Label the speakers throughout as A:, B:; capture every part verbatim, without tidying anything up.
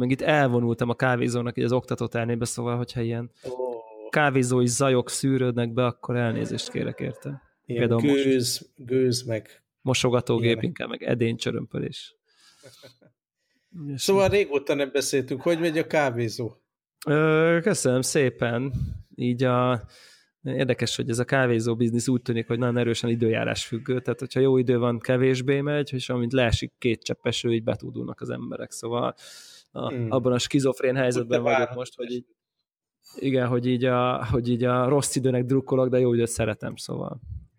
A: meg itt elvonultam a kávézónak így az oktatóternébe, szóval, hogyha ilyen
B: oh.
A: kávézói zajok szűrődnek be, akkor elnézést kérek érte.
B: Ilyen
A: Például
B: gőz, most gőz meg...
A: mosogatógép inkább, meg edénycsörömpölés.
B: Szóval régóta nem beszéltünk. Hogy megy a kávézó?
A: Ö, köszönöm szépen. Így a... Érdekes, hogy ez a kávézó biznisz úgy tűnik, hogy nagyon erősen időjárás függő, tehát hogyha jó idő van, kevésbé megy, és amint leesik két csepp eső, így betúdulnak az emberek. Szóval a, hmm. abban a skizofrén helyzetben vagyok most, hogy így, igen, hogy így, a, hogy így a rossz időnek drukkolok, de jó időt szeretem, szóval.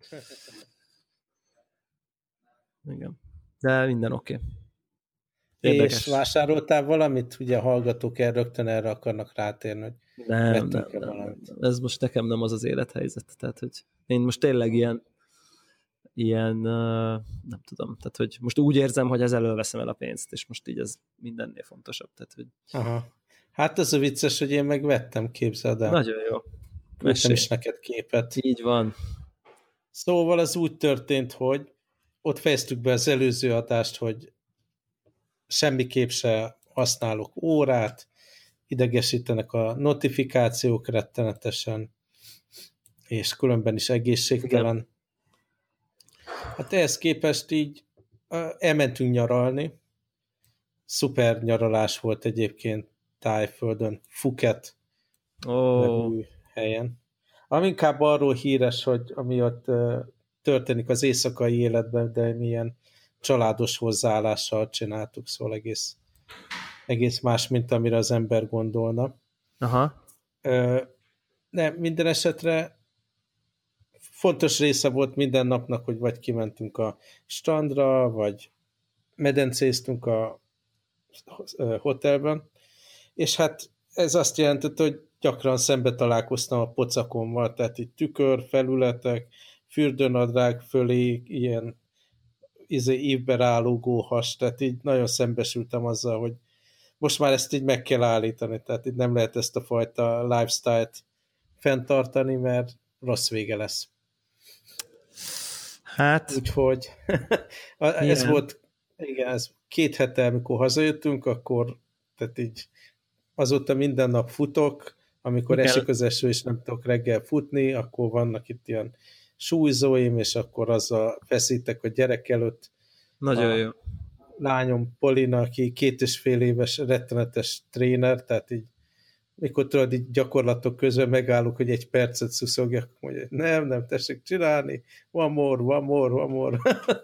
A: Igen. De minden oké. Okay.
B: És vásároltál valamit? Ugye a hallgatók el rögtön erre akarnak rátérni, hogy
A: nem, nem, nem, nem. Ez most nekem nem az az élethelyzet. Tehát, hogy én most tényleg ilyen, ilyen nem tudom, tehát, hogy most úgy érzem, hogy ezzel veszem el a pénzt, és most így ez mindennél fontosabb. Tehát, hogy...
B: Aha. Hát ez a vicces, hogy én megvettem, képzeld el.
A: Nagyon jó.
B: Vettem is neked képet.
A: Így van.
B: Szóval ez úgy történt, hogy ott fejeztük be az előző adást, hogy semmiképp se használok órát, idegesítenek a notifikációk rettenetesen, és különben is egészségtelen. Igen. Hát ehhez képest így elmentünk nyaralni. Szuper nyaralás volt egyébként Tájföldön, Phuket
A: oh.
B: nevű helyen. Ami inkább arról híres, hogy ami ott történik az éjszakai életben, de milyen családos hozzáállással csináltuk, szóval egész, egész más, mint amire az ember gondolna.
A: Aha.
B: De minden esetre fontos része volt minden napnak, hogy vagy kimentünk a strandra, vagy medencéztünk a hotelben, és hát ez azt jelentett, hogy gyakran szembe találkoztam a pocakommal, tehát itt tükör, felületek, fürdőnadrág fölé, ilyen izé, ívbe rálógó has, tehát így nagyon szembesültem azzal, hogy most már ezt így meg kell állítani, tehát így nem lehet ezt a fajta lifestyle-t fenntartani, mert rossz vége lesz.
A: Hát...
B: Úgyhogy ez igen. volt, igen, ez két hete, amikor hazajöttünk, akkor tehát így azóta minden nap futok, amikor igen. esik az eső, és nem tudok reggel futni, akkor vannak itt ilyen súlyzóim, és akkor azzal feszítek a gyerek előtt.
A: Nagyon
B: a
A: jó.
B: Lányom Polina, aki két és fél éves rettenetes tréner, tehát így mikor tudod, így gyakorlatok közben megállok, hogy egy percet szuszogjak, mondja, nem, nem, tessék csinálni, one more, one more, one more.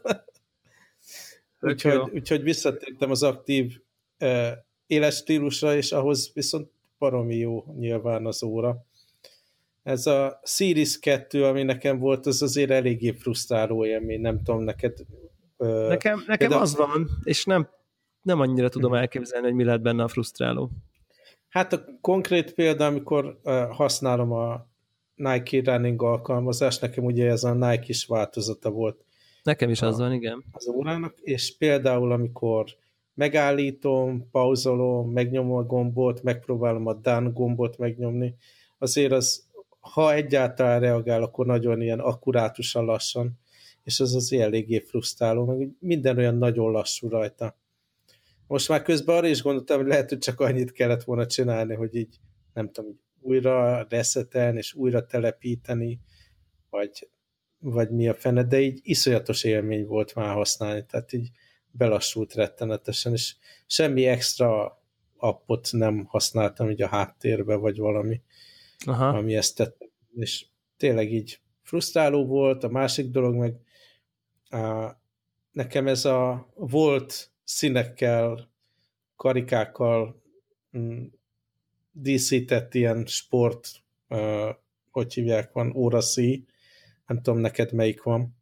B: úgyhogy, úgyhogy visszatértem az aktív eh, életstílusra, és ahhoz viszont baromi jó nyilván az óra. Ez a Series kettő, ami nekem volt, az azért eléggé frusztráló élmény, nem tudom, neked... Uh,
A: nekem nekem de... az van, és nem, nem annyira tudom elképzelni, hogy mi lehet benne a frusztráló.
B: Hát a konkrét példa, amikor uh, használom a Nike Running alkalmazást, nekem ugye ez a Nike-s változata volt.
A: Nekem is
B: a,
A: az van, igen.
B: Az órának, és például amikor megállítom, pauzolom, megnyomom a gombot, megpróbálom a done gombot megnyomni, azért az, ha egyáltalán reagál, akkor nagyon ilyen akkurátusan lassan, és az az eléggé frusztráló, meg minden olyan nagyon lassú rajta. Most már közben arra is gondoltam, hogy lehet, hogy csak annyit kellett volna csinálni, hogy így, nem tudom, így újra reszetelni, és újra telepíteni, vagy, vagy mi a fene, de így iszonyatos élmény volt már használni, tehát így belassult rettenetesen, és semmi extra appot nem használtam így a háttérbe, vagy valami, aha. ami ezt tett. És tényleg így frusztráló volt. A másik dolog meg á, nekem ez a volt színekkel, karikákkal mm, díszített ilyen sport, uh, hogy hívják, van óraszíj, nem tudom, neked melyik van.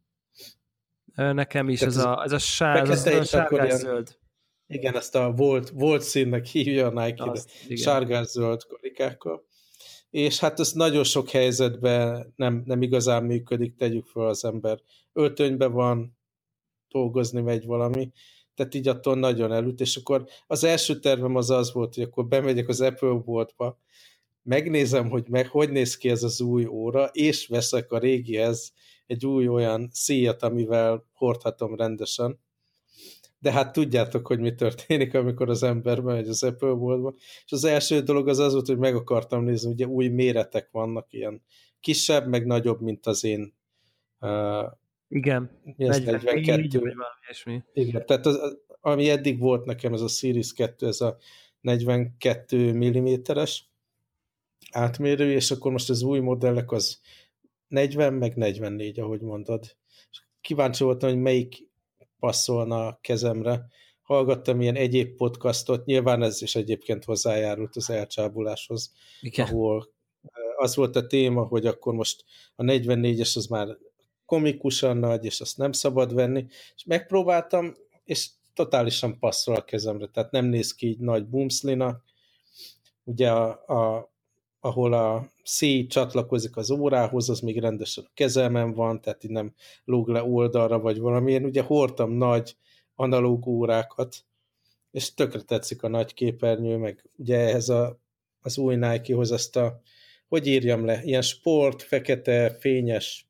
A: Nekem is, ez a, ez a, sár, ez a sárgás-zöld.
B: Igen, ezt a volt, volt színnek hívja a Nike, sárgás-zöld karikákkal. És hát ez nagyon sok helyzetben nem, nem igazán működik, tegyük fel az ember. Öltönyben van, dolgozni megy valami, tehát így attól nagyon elüt, és akkor az első tervem az az volt, hogy akkor bemegyek az Apple boltba, megnézem, hogy meg hogy néz ki ez az új óra, és veszek a régihez egy új olyan szíjat, amivel hordhatom rendesen. de hát tudjátok, hogy mi történik, amikor az ember megy az Apple boltba. És az első dolog az az volt, hogy meg akartam nézni, ugye új méretek vannak, ilyen kisebb, meg nagyobb, mint az én uh,
A: Igen,
B: mi az
A: negyvennégy, vagy
B: negyvenkettő.
A: valami ilyesmi.
B: Igen, tehát az, ami eddig volt nekem, ez a Series kettő, ez a negyvenkettő milliméteres átmérő, és akkor most az új modellek az negyven, meg negyvennégy, ahogy mondod. És kíváncsi voltam, hogy melyik passzolna a kezemre. Hallgattam ilyen egyéb podcastot, nyilván ez is egyébként hozzájárult az elcsábuláshoz,
A: Igen.
B: ahol az volt a téma, hogy akkor most a negyvennégyes az már komikusan nagy, és azt nem szabad venni, és megpróbáltam, és totálisan passzol a kezemre, tehát nem néz ki így nagy bumszlinak. Ugye a, a, ahol a széj csatlakozik az órához, az még rendesen a kezemen van, tehát így nem lóg le oldalra, vagy valamilyen. Ugye hordtam nagy analóg órákat, és tökre tetszik a nagy képernyő, meg ugye ehhez a, az új Nike-hoz azt a, hogy írjam le, ilyen sport, fekete, fényes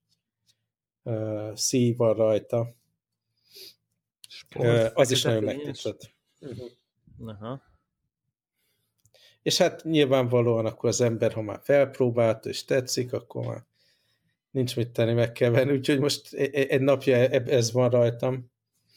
B: uh, szíj van rajta. Sport, uh, az is nagyon megtetszett. Uh-huh.
A: Aha.
B: És hát nyilvánvalóan akkor az ember, ha már felpróbált, és tetszik, akkor már nincs mit tenni, meg kell venni. Úgyhogy most egy napja ez van rajtam,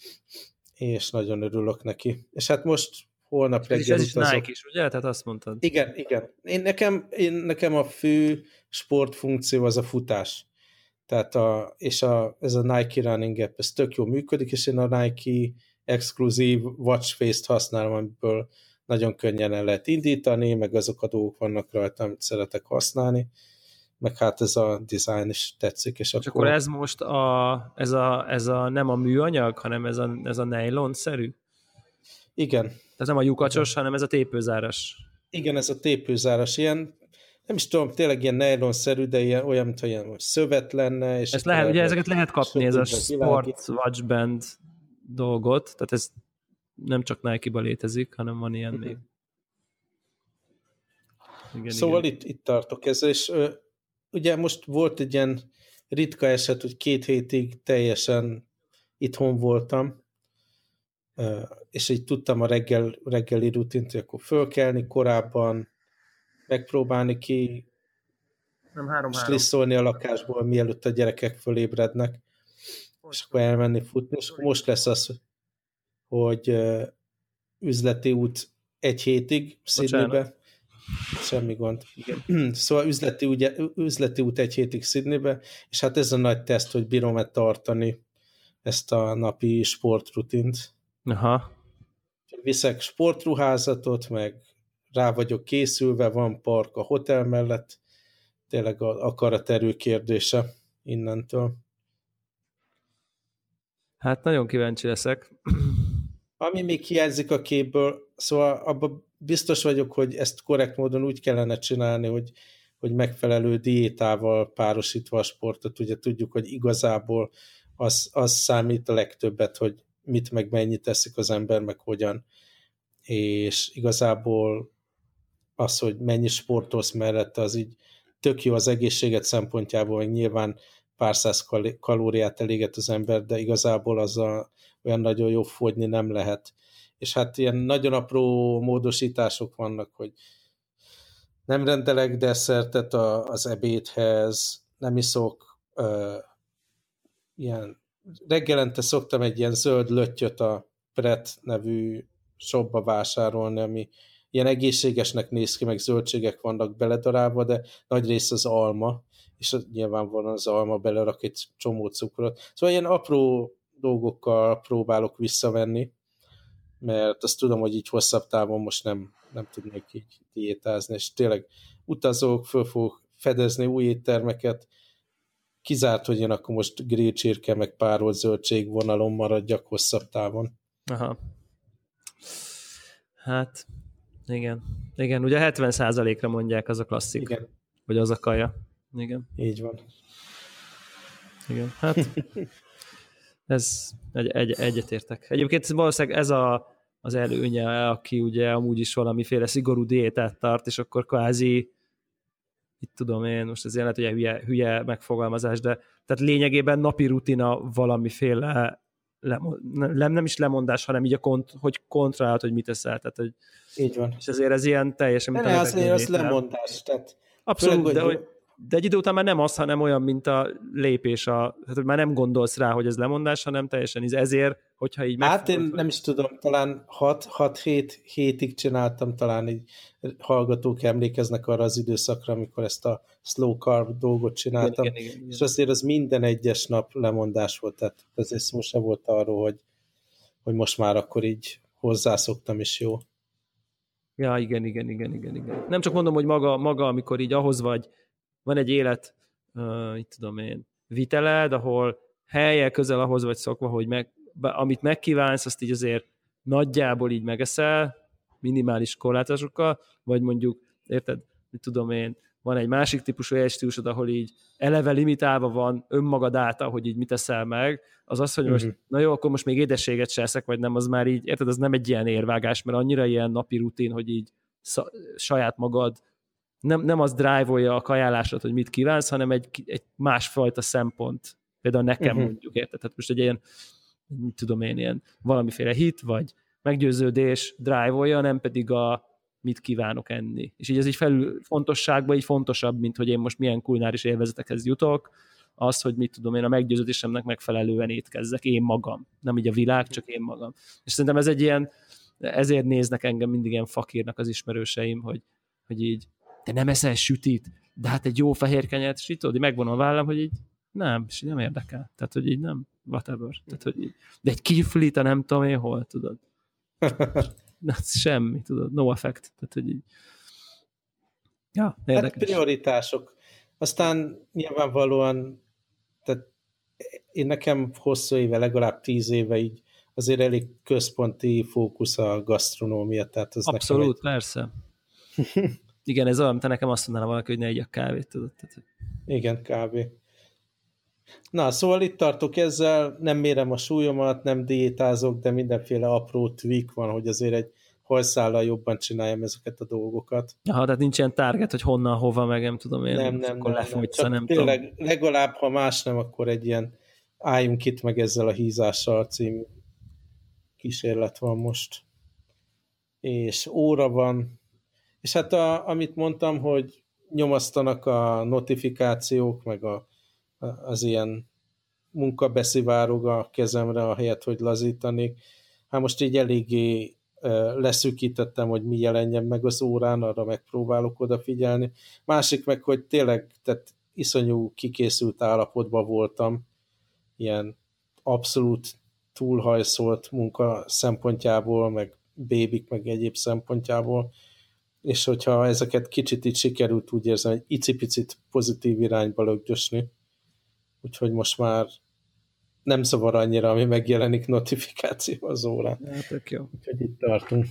B: és nagyon örülök neki. És hát most holnap reggel
A: ez
B: utazok.
A: Ez is Nike is, ugye? Tehát azt mondtad.
B: Igen, igen. Én nekem, én, nekem a fő sportfunkció az a futás. Tehát a, és a, ez a Nike Running App, ez tök jól működik, és én a Nike exkluzív watch face-t használom, amiből nagyon könnyen el lehet indítani, meg azok a dolgok vannak rajta, amit szeretek használni, meg hát ez a design is tetszik. És,
A: és
B: akkor...
A: akkor ez most a, ez a, ez a nem a műanyag, hanem ez a, ez a nylon-szerű?
B: Igen.
A: Tehát nem a lyukacsos, igen, hanem ez a tépőzáras.
B: Igen, ez a tépőzáras, ilyen, nem is tudom, tényleg ilyen nylon-szerű, de ilyen, olyan, mintha ilyen szövet lenne. És
A: ezt lehet, ugye ezeket lehet kapni, ez a Sport Watch Band dolgot, tehát ez nem csak Nike-ba létezik, hanem van ilyen uh-huh. még.
B: Igen, szóval
A: igen.
B: Itt, itt tartok ezzel, és ö, ugye most volt egy ilyen ritka eset, hogy két hétig teljesen itthon voltam, ö, és így tudtam a reggel, reggeli rutint, hogy akkor fölkelni korábban, megpróbálni ki, slisszolni a lakásból, mielőtt a gyerekek fölébrednek, és akkor elmenni futni, és akkor most lesz az, hogy ö, üzleti út egy hétig Sydneybe. Semmi gond. Igen. Szóval üzleti, ugye, üzleti út egy hétig Sydneybe, és hát ez a nagy teszt, hogy bírom-e tartani ezt a napi sportrutint.
A: Aha.
B: Viszek sportruházatot, meg rá vagyok készülve, van park a hotel mellett, tényleg a akaraterő kérdése innentől.
A: Hát nagyon kíváncsi leszek.
B: Ami még hiányzik a képből, szóval abban biztos vagyok, hogy ezt korrekt módon úgy kellene csinálni, hogy, hogy megfelelő diétával párosítva a sportot. Ugye tudjuk, hogy igazából az, az számít a legtöbbet, hogy mit meg mennyit teszik az ember, meg hogyan. És igazából az, hogy mennyi sportolsz mellette, az így tök jó az egészséget szempontjából, meg nyilván pár száz kalóriát eléget az ember, de igazából az a, olyan nagyon jó fogyni nem lehet. És hát ilyen nagyon apró módosítások vannak, hogy nem rendelek desszertet az ebédhez, nem iszok uh, ilyen, reggelente szoktam egy ilyen zöld löttyöt a Pret nevű shopba vásárolni, ami ilyen egészségesnek néz ki, meg zöldségek vannak beledarálva, de nagy rész az alma, és nyilvánvalóan az alma belerak egy csomó cukrot. Szóval ilyen apró dolgokkal próbálok visszavenni, mert azt tudom, hogy így hosszabb távon most nem, nem tudnék így diétázni, és tényleg utazok, föl fogok fedezni új éttermeket, kizárt, hogy én akkor most grillcsirke, meg párolt zöldség vonalon maradjak hosszabb távon.
A: Aha. Hát, igen. Igen, ugye hetven százalékra mondják, az a klasszik.
B: Igen.
A: Hogy az a kaja. Igen.
B: Így van.
A: Igen, hát ez egy, egy, egyetértek. Egyébként valószínűleg ez a, az előnye, aki ugye amúgy is valamiféle szigorú diétát tart, és akkor kvázi, itt tudom én, most ez jelent, hogy hülye, hülye megfogalmazás, de tehát lényegében napi rutina valamiféle lemond, nem, nem is lemondás, hanem így a kont, hogy kontrollálod, hogy mit eszel. Tehát, hogy,
B: így van.
A: és ezért ez ilyen teljesen, mint
B: de
A: a
B: ne, azért az lemondás. Tehát
A: abszolút,
B: főleg,
A: de,
B: hogy...
A: hogy, de egy idő után már nem az, hanem olyan, mint a lépés, a, tehát, hogy már nem gondolsz rá, hogy ez lemondás, hanem teljesen ez. Ezért, hogyha így
B: Hát én
A: megfogod,
B: nem is tudom, talán hat-hét hétig csináltam, talán így hallgatók emlékeznek arra az időszakra, amikor ezt a slow carb dolgot csináltam,
A: igen, igen, igen, igen.
B: és azért az minden egyes nap lemondás volt, tehát azért szó se volt arról, hogy, hogy most már akkor így hozzászoktam, és jó.
A: Ja, igen, igen, igen, igen, igen. Nem csak mondom, hogy maga, maga amikor így ahhoz vagy, van egy élet, uh, így tudom én, viteled, ahol helye közel ahhoz vagy szokva, hogy meg, amit megkívánsz, azt így azért nagyjából így megeszel, minimális korlátozásokkal, vagy mondjuk, érted, mit tudom én, van egy másik típusú életstílusod, ahol így eleve limitálva van önmagad által, hogy így mit eszel meg, az az, hogy most, uh-huh. na jó, akkor most még édességet se eszek, vagy nem, az már így, érted, az nem egy ilyen érvágás, mert annyira ilyen napi rutin, hogy így sz- saját magad nem, nem az drive-olja a kajálásod, hogy mit kívánsz, hanem egy, egy másfajta szempont. Például nekem uh-huh. mondjuk, érted? Tehát most egy ilyen, mit tudom én, ilyen valamiféle hit, vagy meggyőződés drive-olja, nem pedig a mit kívánok enni. És így ez így felül fontosságban így fontosabb, mint hogy én most milyen kulináris élvezetekhez jutok, az, hogy mit tudom én, a meggyőződésemnek megfelelően étkezzek, én magam. Nem így a világ, csak én magam. És szerintem ez egy ilyen, ezért néznek engem mindig ilyen fakírnak az ismerőseim, hogy, hogy így, te nem eszel sütit, de hát egy jó fehér kenyeret, és így tudod, megvonom a vállam, hogy így nem, és így nem érdekel. Tehát, hogy így nem, whatever. Tehát, hogy így, de egy kiflit, a nem tudom én hol, tudod. Semmi, tudod, no effect. Tehát, hogy így... Ja, érdekes.
B: Hát prioritások. Aztán nyilvánvalóan, tehát én nekem hosszú éve, legalább tíz éve így azért elég központi fókusz a gasztronómia, tehát az
A: abszolút,
B: nekem egy...
A: persze. Igen, ez olyan, te nekem azt mondaná valaki, hogy ne egyek kávét, tudod. Tehát...
B: Igen, kávé. Na, szóval itt tartok ezzel, nem mérem a súlyomat, nem diétázok, de mindenféle apró tweak van, hogy azért egy hajszállal jobban csináljam ezeket a dolgokat.
A: Aha, tehát nincs ilyen target, hogy honnan, hova, meg nem tudom én,
B: nem, nem,
A: akkor
B: nem,
A: lefogysz,
B: nem.
A: nem
B: tényleg,
A: tudom.
B: legalább, ha más nem, akkor egy ilyen álljunk itt meg ezzel a hízással című kísérlet van most. És óra van. És hát a, amit mondtam, hogy nyomasztanak a notifikációk, meg a, a, az ilyen munkabeszivárog a kezemre, ahelyett, hogy lazítanék. Hát most így eléggé leszűkítettem, hogy mi jelenjen meg az órán, arra megpróbálok odafigyelni. Másik meg, hogy tényleg tehát iszonyú kikészült állapotban voltam, ilyen abszolút túlhajszolt munka szempontjából, meg bébik, meg egyéb szempontjából, és hogyha ezeket kicsit így sikerült, úgy érzem, hogy icipicit pozitív irányba lögdösni, úgyhogy most már nem zavar annyira, ami megjelenik notifikáció az órán.
A: Ja, tök jó.
B: Úgyhogy itt tartunk.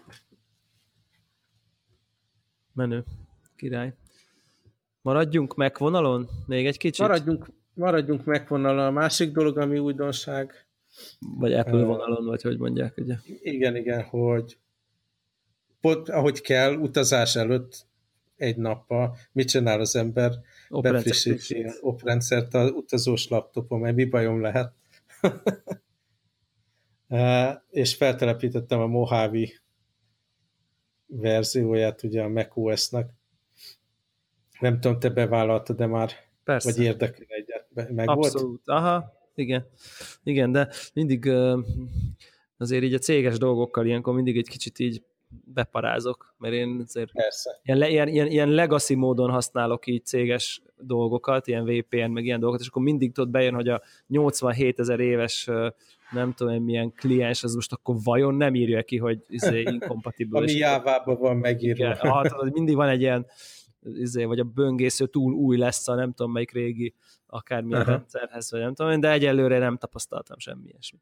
A: Menő. Király. Maradjunk megvonalon? Még egy kicsit?
B: Maradjunk, maradjunk megvonalon. A másik dolog, ami újdonság.
A: Vagy Apple uh, vonalon, vagy hogy mondják, ugye?
B: Igen, igen, hogy pont ahogy kell, utazás előtt egy nappal, mit csinál az ember? Befrissíti a oprendszert az utazós laptopon, mert mi bajom lehet. És feltelepítettem a Mojave verzióját ugye a macOS-nak. Nem tudom, te bevállaltad, de már
A: persze.
B: Vagy érdekel egyet. Meg
A: abszolút,
B: volt?
A: Aha, igen. Igen, de mindig azért így a céges dolgokkal ilyenkor mindig egy kicsit így beparázok, mert én azért ilyen, ilyen, ilyen, ilyen legacy módon használok így céges dolgokat, ilyen vé pé en, meg ilyen dolgokat, és akkor mindig tudod bejön, hogy a nyolcvanhétezer éves nem tudom, milyen kliens, az most akkor vajon nem írja ki, hogy izé inkompatibilis.
B: Ami Jávában van megírva.
A: Ah, tudod, mindig van egy ilyen, izé, vagy a böngésző túl új lesz a nem tudom melyik régi akármilyen uh-huh. rendszerhez, vagy nem tudom, de egyelőre nem tapasztaltam semmi ilyesmit.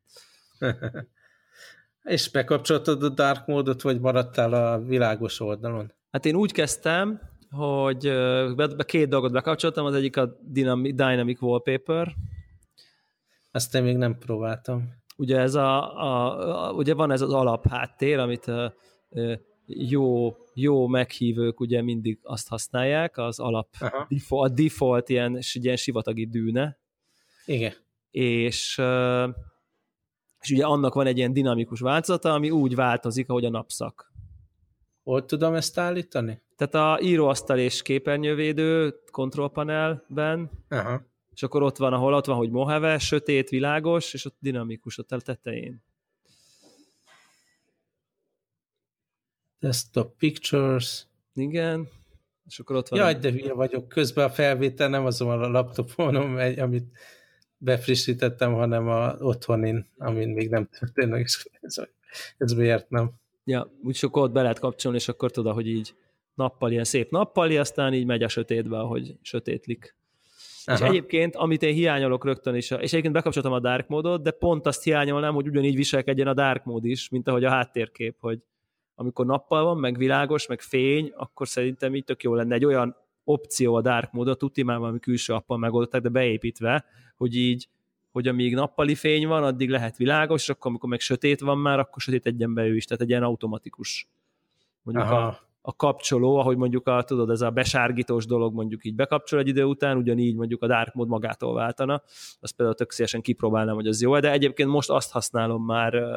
B: És bekapcsoltad a dark módot, vagy maradtál a világos oldalon?
A: Hát én úgy kezdtem, hogy két dolgot bekapcsoltam, az egyik a Dynamic Wallpaper.
B: Ezt én még nem próbáltam.
A: Ugye, ez a, a, a, ugye van ez az alapháttér, amit a, a jó, jó meghívők ugye mindig azt használják, az alap, default, a default ilyen, ilyen sivatagi dűne.
B: Igen.
A: És És ugye annak van egy ilyen dinamikus változata, ami úgy változik, ahogy a napszak.
B: Hol tudom ezt állítani?
A: Tehát a íróasztal és képernyővédő kontrollpanelben,
B: Aha.
A: és akkor ott van, ahol ott van, hogy Mojave, sötét, világos, és ott dinamikus, ott a tetején.
B: Desktop Pictures.
A: Igen. És akkor ott van.
B: Jaj,
A: a...
B: de hülye vagyok. Közben a felvétel nem azon a laptopon, amit befrissítettem, hanem a otthonin, amin még nem történnek, és ez, ez miért nem?
A: Ja, úgyis akkor ott be lehet kapcsolni, és akkor tudod, hogy így nappal, ilyen szép nappali, aztán így megy a sötétbe, ahogy sötétlik. Aha. És egyébként, amit én hiányolok rögtön is, és egyébként bekapcsoltam a dark módot, de pont azt hiányolnám, hogy ugyanígy viselkedjen a dark mód is, mint ahogy a háttérkép, hogy amikor nappal van, meg világos, meg fény, akkor szerintem így tök jó lenne egy olyan opció a dark módot, tuti már valami külső appal megoldották, de beépítve, hogy így, hogy amíg nappali fény van, addig lehet világos, és akkor amikor meg sötét van már, akkor sötét egyen be ő is, tehát egy ilyen automatikus. Mondjuk a, a kapcsoló, ahogy mondjuk a, tudod, ez a besárgítós dolog mondjuk így bekapcsol egy idő után, ugyanígy mondjuk a dark mód magától váltana. Azt például tök szívesen kipróbálnám, hogy az jó, de egyébként most azt használom már ö,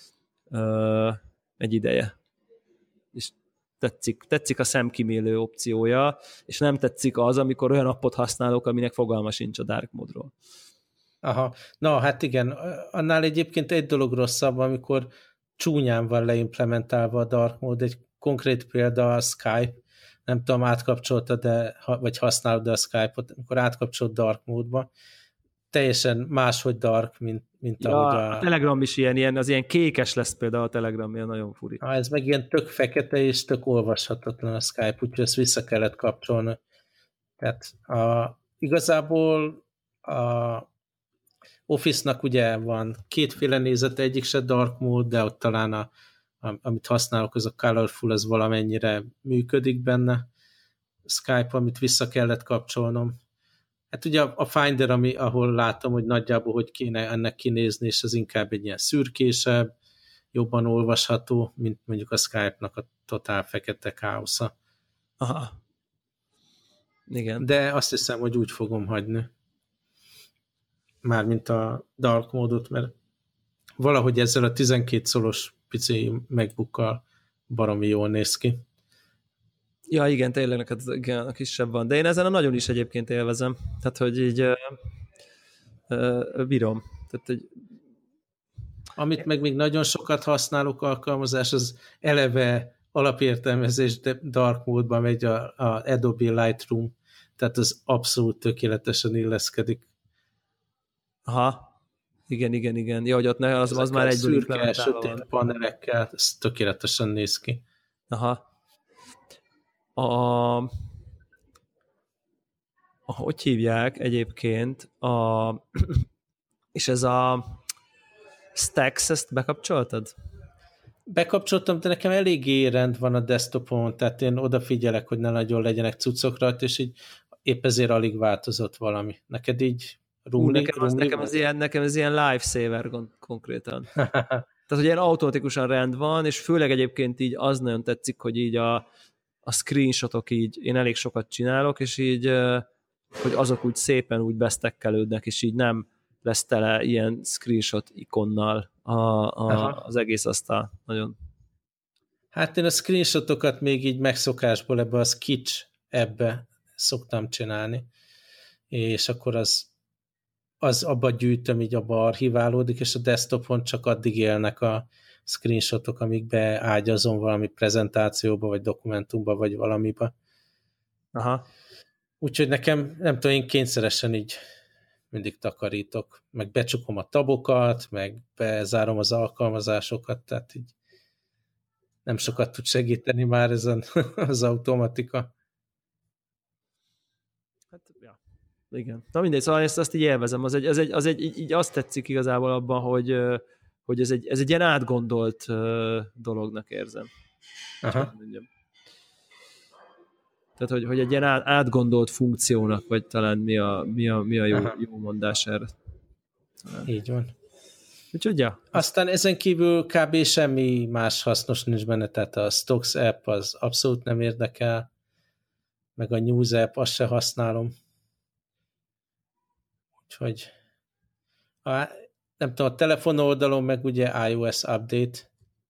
A: ö, egy ideje. És tetszik, tetszik a szemkímélő opciója, és nem tetszik az, amikor olyan appot használok, aminek fogalma sincs a dark módról.
B: Aha, na hát igen, annál egyébként egy dolog rosszabb, amikor csúnyán van leimplementálva a dark mode, egy konkrét példa a Skype, nem tudom, átkapcsoltad, de, vagy használod a Skype-ot, amikor átkapcsolt dark módba, teljesen máshogy dark, mint, mint
A: ja,
B: ahogy a...
A: a Telegram is ilyen, ilyen, az ilyen kékes lesz például a Telegram, ilyen nagyon furi.
B: Ha, ez meg ilyen tök fekete és tök olvashatatlan a Skype, úgyhogy ezt vissza kellett kapcsolni. Tehát a, igazából a Office-nak ugye van kétféle nézete, egyik se dark mode, de ott talán a, a, amit használok, az a colorful, az valamennyire működik benne. Skype, amit vissza kellett kapcsolnom. Hát ugye a, a Finder, ami, ahol látom, hogy nagyjából hogy kéne ennek kinézni, és az inkább egy ilyen szürkésebb, jobban olvasható, mint mondjuk a Skype-nak a totál fekete káosza.
A: Aha. Igen.
B: De azt hiszem, hogy úgy fogom hagyni. Mármint a dark módot, mert valahogy ezzel a tizenkét szolos pici MacBookkal baromi jól néz ki.
A: Ja, igen, tényleg neked igen, a kisebb van. De én ezen a nagyon is egyébként élvezem. Tehát, hogy így uh, uh, bírom. Tehát, hogy...
B: Amit meg még nagyon sokat használok alkalmazás, az eleve alapértelmezés dark módban megy a, a Adobe Lightroom, tehát az abszolút tökéletesen illeszkedik.
A: Aha. Igen, igen, igen. Ja, hogy ott ne, az, az már egy
B: szürke, sötét panelekkel, ez tökéletesen néz ki.
A: Aha. A, a, hogy hívják egyébként, a, és ez a Stacks, ezt bekapcsoltad?
B: Bekapcsoltam, de nekem eléggé rend van a desktopon, tehát én odafigyelek, hogy ne nagyon legyenek cuccok rajta, és így épp ezért alig változott valami. Neked így rumli?
A: Hú, nekem, az, nekem, az ilyen, nekem ez ilyen lifesaver konkrétan. Tehát, hogy ilyen automatikusan rend van, és főleg egyébként így az nagyon tetszik, hogy így a, a screenshotok így, én elég sokat csinálok, és így, hogy azok úgy szépen úgy besztekkelődnek, és így nem lesz tele ilyen screenshot ikonnal a, a, az egész asztal. Nagyon.
B: Hát én a screenshotokat még így megszokásból ebbe a Sketch ebbe szoktam csinálni, és akkor az, az abba gyűjtöm, így abba archiválódik, és a desktopon csak addig élnek a screenshotok, amíg beágyazom valami prezentációba, vagy dokumentumba, vagy valamiba.
A: Aha.
B: Úgyhogy nekem, nem tudom, én kényszeresen így mindig takarítok, meg becsukom a tabokat, meg bezárom az alkalmazásokat, tehát így nem sokat tud segíteni már ezen az automatika.
A: Hát, ja. Igen. Na mindegy, szóval ezt azt így élvezem. Az egy, az egy, az egy így, így azt tetszik igazából abban, hogy, hogy ez, egy, ez egy ilyen átgondolt dolognak érzem.
B: Aha.
A: Tehát, hogy, hogy egy ilyen átgondolt funkciónak, vagy talán mi a, mi a, mi a jó, jó mondás erre. Talán.
B: Így van.
A: Úgyhogy, ja.
B: Aztán ezen kívül kb. Semmi más hasznos nincs benne, tehát a Stocks app az abszolút nem érdekel, meg a News app, azt se használom. Úgyhogy a, nem tudom, a telefon oldalon meg ugye iOS update,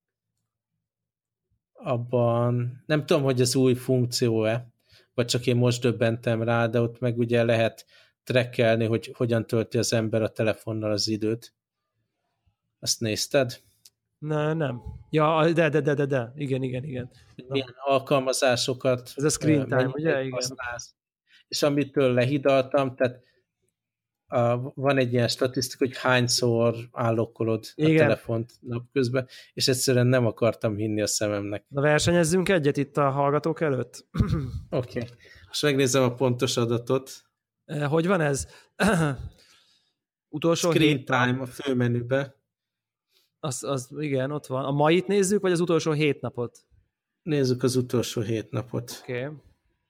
B: abban nem tudom, hogy az új funkció-e, vagy csak én most döbbentem rá, de ott meg ugye lehet trackelni, hogy hogyan tölti az ember a telefonnal az időt. Azt nézted?
A: Ne, nem. Ja, de, de, de, de, de. Igen, igen, igen.
B: Milyen alkalmazásokat
A: Ez a screen time,
B: mennyire
A: ugye? Igen.
B: használsz. És amitől lehidaltam, tehát a, van egy ilyen statisztika, hogy hányszor állokkolod a
A: Igen.
B: telefont napközben, és egyszerűen nem akartam hinni a szememnek.
A: Na versenyezzünk egyet itt a hallgatók előtt?
B: Oké. Okay. Most megnézem a pontos adatot.
A: Hogy van ez? Utolsó
B: Screen
A: hét
B: time
A: nap.
B: a főmenübe.
A: Az, az, igen, ott van. A mait nézzük, vagy az utolsó hét napot?
B: Nézzük az utolsó hét napot.
A: Oké. Okay.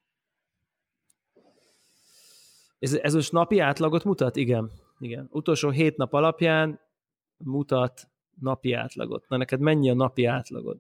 A: Ez, ez most napi átlagot mutat? Igen. Igen. Utolsó hét nap alapján mutat napi átlagot. Na neked mennyi a napi átlagod?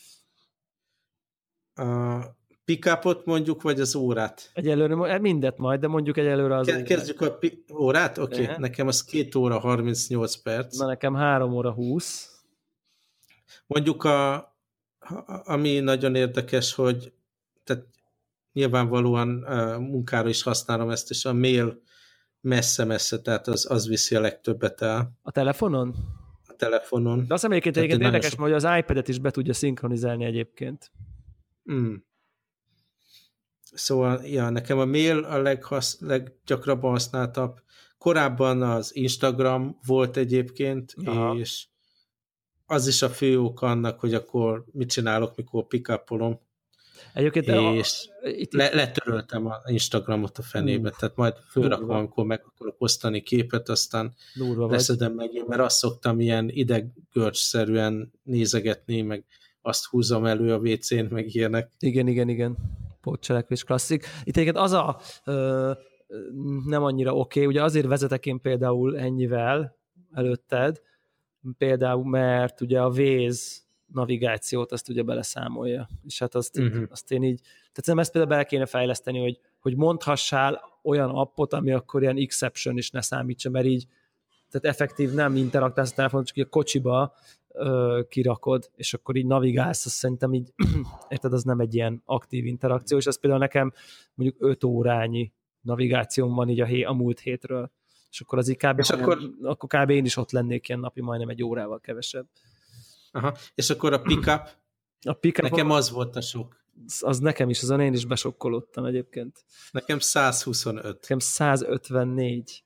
B: A pick-upot mondjuk, vagy az órát?
A: Egyelőre mindet majd, de mondjuk egyelőre az
B: Kezdjük órát. a pi- órát? Oké, okay. Nekem az két óra harmincnyolc perc.
A: Na nekem három óra húsz.
B: Mondjuk a, ami nagyon érdekes, hogy tehát nyilvánvalóan a munkára is használom ezt, és a mail messze-messze, tehát az, az viszi a legtöbbet el.
A: A telefonon?
B: A telefonon.
A: De azt egyébként egyébként érdekes, so... hogy az iPad-et is be tudja szinkronizálni egyébként.
B: Mm. Szóval, ja, nekem a mail a leghasz, leggyakrabban használtabb. Korábban az Instagram volt egyébként, aha, és az is a fő ok annak, hogy akkor mit csinálok, mikor pick-upolom. Egyébként és a, itt, le, letöröltem az Instagramot a fenébe, uh, tehát majd fölrakom, amikor meg akarok osztani képet, aztán leszedem megint, mert azt szoktam ilyen ideggörcsszerűen nézegetni, meg azt húzom elő a vé cén, meg ilyenek.
A: Igen, igen, igen. Pótcselekvés klasszik. Itt egyébként az a ö, nem annyira oké, okay. Ugye azért vezetek én például ennyivel előtted, például mert ugye a Waze navigációt azt ugye beleszámolja. És hát azt, uh-huh. azt én így, tehát nem ezt például bele kéne fejleszteni, hogy, hogy mondhassál olyan appot, ami akkor ilyen exception is ne számítsa, mert így, tehát effektív nem interaktálsz a telefonon, csak a kocsiba ö, kirakod, és akkor így navigálsz, azt szerintem így, érted, az nem egy ilyen aktív interakció, és az például nekem mondjuk öt órányi navigációm van így a, hé, a múlt hétről, és akkor az így kb. És akkor... akkor kb. Én is ott lennék ilyen napi majdnem egy órával kevesebb.
B: Aha. És akkor a pick-up?
A: A pick-up
B: nekem az volt a sok.
A: Az nekem is, azon én is besokkolódtam egyébként.
B: Nekem száz huszonöt.
A: Nekem száz ötvennégy.